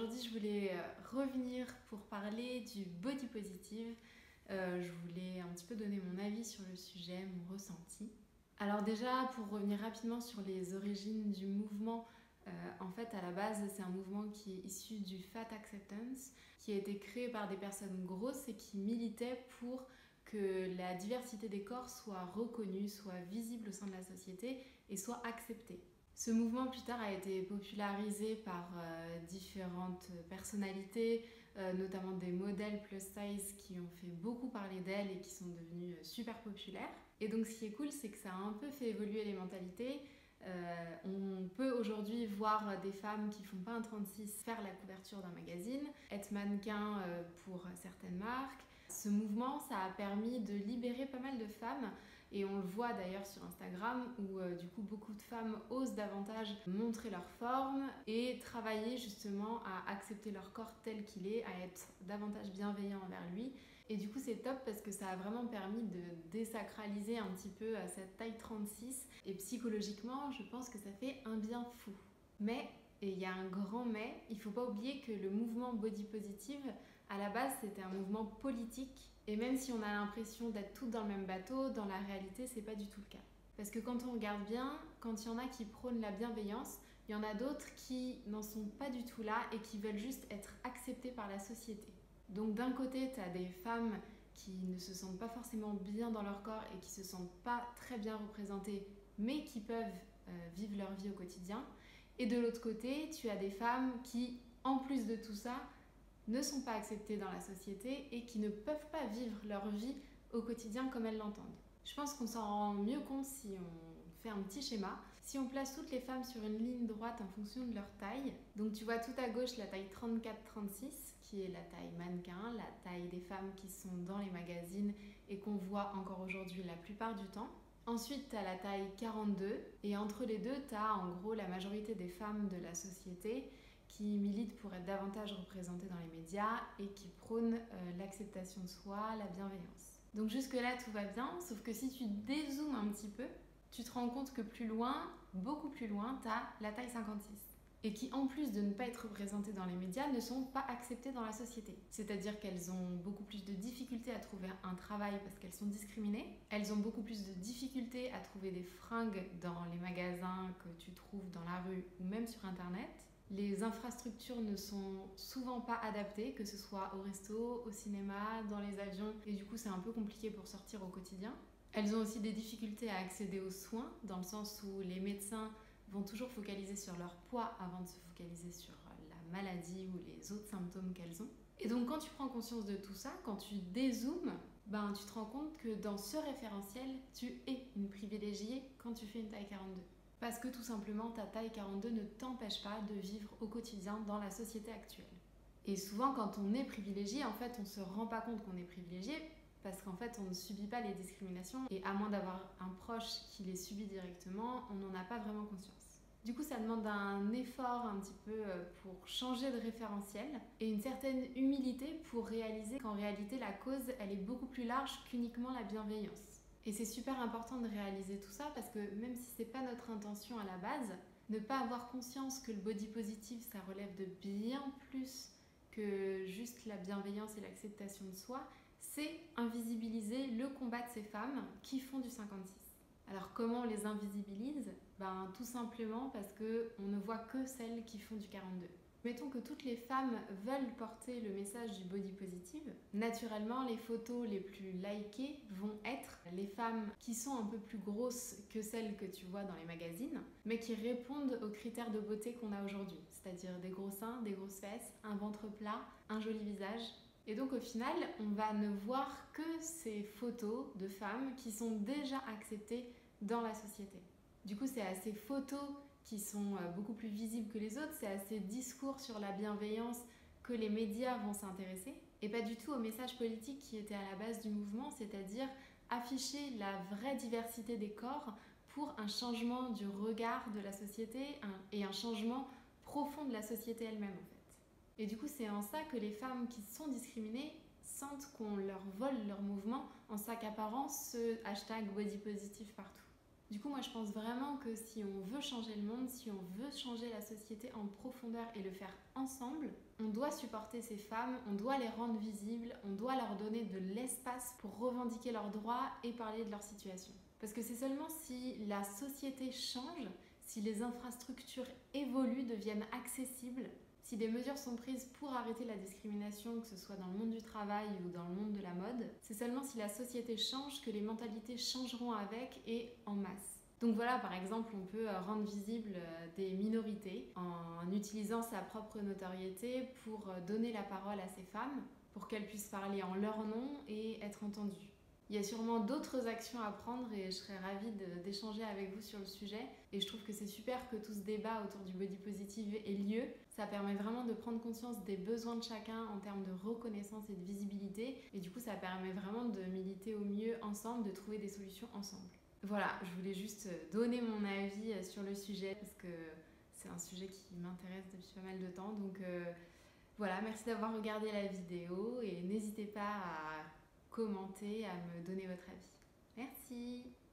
aujourd'hui je voulais revenir pour parler du body positive. Je voulais un petit peu donner mon avis sur le sujet, mon ressenti. Alors déjà, pour revenir rapidement sur les origines du mouvement, en fait à la base c'est un mouvement qui est issu du Fat Acceptance, qui a été créé par des personnes grosses et qui militaient pour que la diversité des corps soit reconnue, soit visible au sein de la société et soit acceptée. Ce mouvement plus tard a été popularisé par différentes personnalités, notamment des modèles plus size qui ont fait beaucoup parler d'elles et qui sont devenues super populaires. Et donc ce qui est cool, c'est que ça a un peu fait évoluer les mentalités. On peut aujourd'hui voir des femmes qui font pas un 36 faire la couverture d'un magazine, être mannequin pour certaines marques. Ce mouvement, ça a permis de libérer pas mal de femmes et on le voit d'ailleurs sur Instagram où du coup beaucoup de femmes osent davantage montrer leur forme et travailler justement à accepter leur corps tel qu'il est, à être davantage bienveillant envers lui. Et du coup c'est top parce que ça a vraiment permis de désacraliser un petit peu cette taille 36 et psychologiquement je pense que ça fait un bien fou. Mais, et il y a un grand mais, il faut pas oublier que le mouvement body positive à la base c'était un mouvement politique et même si on a l'impression d'être toutes dans le même bateau, dans la réalité c'est pas du tout le cas. Parce que quand on regarde bien, quand il y en a qui prônent la bienveillance, il y en a d'autres qui n'en sont pas du tout là et qui veulent juste être acceptées par la société. Donc d'un côté, tu as des femmes qui ne se sentent pas forcément bien dans leur corps et qui se sentent pas très bien représentées, mais qui peuvent vivre leur vie au quotidien. Et de l'autre côté, tu as des femmes qui, en plus de tout ça, ne sont pas acceptées dans la société et qui ne peuvent pas vivre leur vie au quotidien comme elles l'entendent. Je pense qu'on s'en rend mieux compte si on fait un petit schéma. Si on place toutes les femmes sur une ligne droite en fonction de leur taille, donc tu vois tout à gauche la taille 34-36 qui est la taille mannequin, la taille des femmes qui sont dans les magazines et qu'on voit encore aujourd'hui la plupart du temps. Ensuite, tu as la taille 42 et entre les deux, tu as en gros la majorité des femmes de la société qui militent pour être davantage représentées dans les médias et qui prônent l'acceptation de soi, la bienveillance. Donc jusque là tout va bien, sauf que si tu dézoomes un petit peu, tu te rends compte que plus loin, beaucoup plus loin, tu as la taille 56. Et qui, en plus de ne pas être représentées dans les médias, ne sont pas acceptées dans la société. C'est-à-dire qu'elles ont beaucoup plus de difficultés à trouver un travail parce qu'elles sont discriminées. Elles ont beaucoup plus de difficultés à trouver des fringues dans les magasins que tu trouves dans la rue ou même sur Internet. Les infrastructures ne sont souvent pas adaptées, que ce soit au resto, au cinéma, dans les avions, et du coup c'est un peu compliqué pour sortir au quotidien. Elles ont aussi des difficultés à accéder aux soins, dans le sens où les médecins vont toujours focaliser sur leur poids avant de se focaliser sur la maladie ou les autres symptômes qu'elles ont. Et donc quand tu prends conscience de tout ça, quand tu dézoomes, tu te rends compte que dans ce référentiel, tu es une privilégiée quand tu fais une taille 42. Parce que tout simplement, ta taille 42 ne t'empêche pas de vivre au quotidien dans la société actuelle. Et souvent, quand on est privilégié, en fait, on ne se rend pas compte qu'on est privilégié parce qu'en fait, on ne subit pas les discriminations et à moins d'avoir un proche qui les subit directement, on n'en a pas vraiment conscience. Du coup, ça demande un effort un petit peu pour changer de référentiel et une certaine humilité pour réaliser qu'en réalité, la cause, elle est beaucoup plus large qu'uniquement la bienveillance. Et c'est super important de réaliser tout ça parce que même si c'est pas notre intention à la base, ne pas avoir conscience que le body positive ça relève de bien plus que juste la bienveillance et l'acceptation de soi, c'est invisibiliser le combat de ces femmes qui font du 56. Alors comment on les invisibilise ? Tout simplement parce qu'on ne voit que celles qui font du 42. Mettons que toutes les femmes veulent porter le message du body positive. Naturellement, les photos les plus likées vont être les femmes qui sont un peu plus grosses que celles que tu vois dans les magazines, mais qui répondent aux critères de beauté qu'on a aujourd'hui, c'est-à-dire des gros seins, des grosses fesses, un ventre plat, un joli visage. Et donc au final, on va ne voir que ces photos de femmes qui sont déjà acceptées dans la société. Du coup, c'est à ces photos qui sont beaucoup plus visibles que les autres, c'est à ces discours sur la bienveillance que les médias vont s'intéresser, et pas du tout au message politique qui était à la base du mouvement, c'est-à-dire afficher la vraie diversité des corps pour un changement du regard de la société et un changement profond de la société elle-même en fait. Et du coup, c'est en ça que les femmes qui sont discriminées sentent qu'on leur vole leur mouvement en s'accaparant ce hashtag body positive partout. Du coup, moi je pense vraiment que si on veut changer le monde, si on veut changer la société en profondeur et le faire ensemble, on doit supporter ces femmes, on doit les rendre visibles, on doit leur donner de l'espace pour revendiquer leurs droits et parler de leur situation. Parce que c'est seulement si la société change, si les infrastructures évoluent, deviennent accessibles, si des mesures sont prises pour arrêter la discrimination, que ce soit dans le monde du travail ou dans le monde de la mode, c'est seulement si la société change que les mentalités changeront avec et en masse. Donc voilà, par exemple, on peut rendre visible des minorités en utilisant sa propre notoriété pour donner la parole à ces femmes, pour qu'elles puissent parler en leur nom et être entendues. Il y a sûrement d'autres actions à prendre et je serais ravie d'échanger avec vous sur le sujet. Et je trouve que c'est super que tout ce débat autour du body positive ait lieu. Ça permet vraiment de prendre conscience des besoins de chacun en termes de reconnaissance et de visibilité. Et du coup, ça permet vraiment de militer au mieux ensemble, de trouver des solutions ensemble. Voilà, je voulais juste donner mon avis sur le sujet parce que c'est un sujet qui m'intéresse depuis pas mal de temps. Donc voilà, merci d'avoir regardé la vidéo et n'hésitez pas à commenter, à me donner votre avis. Merci!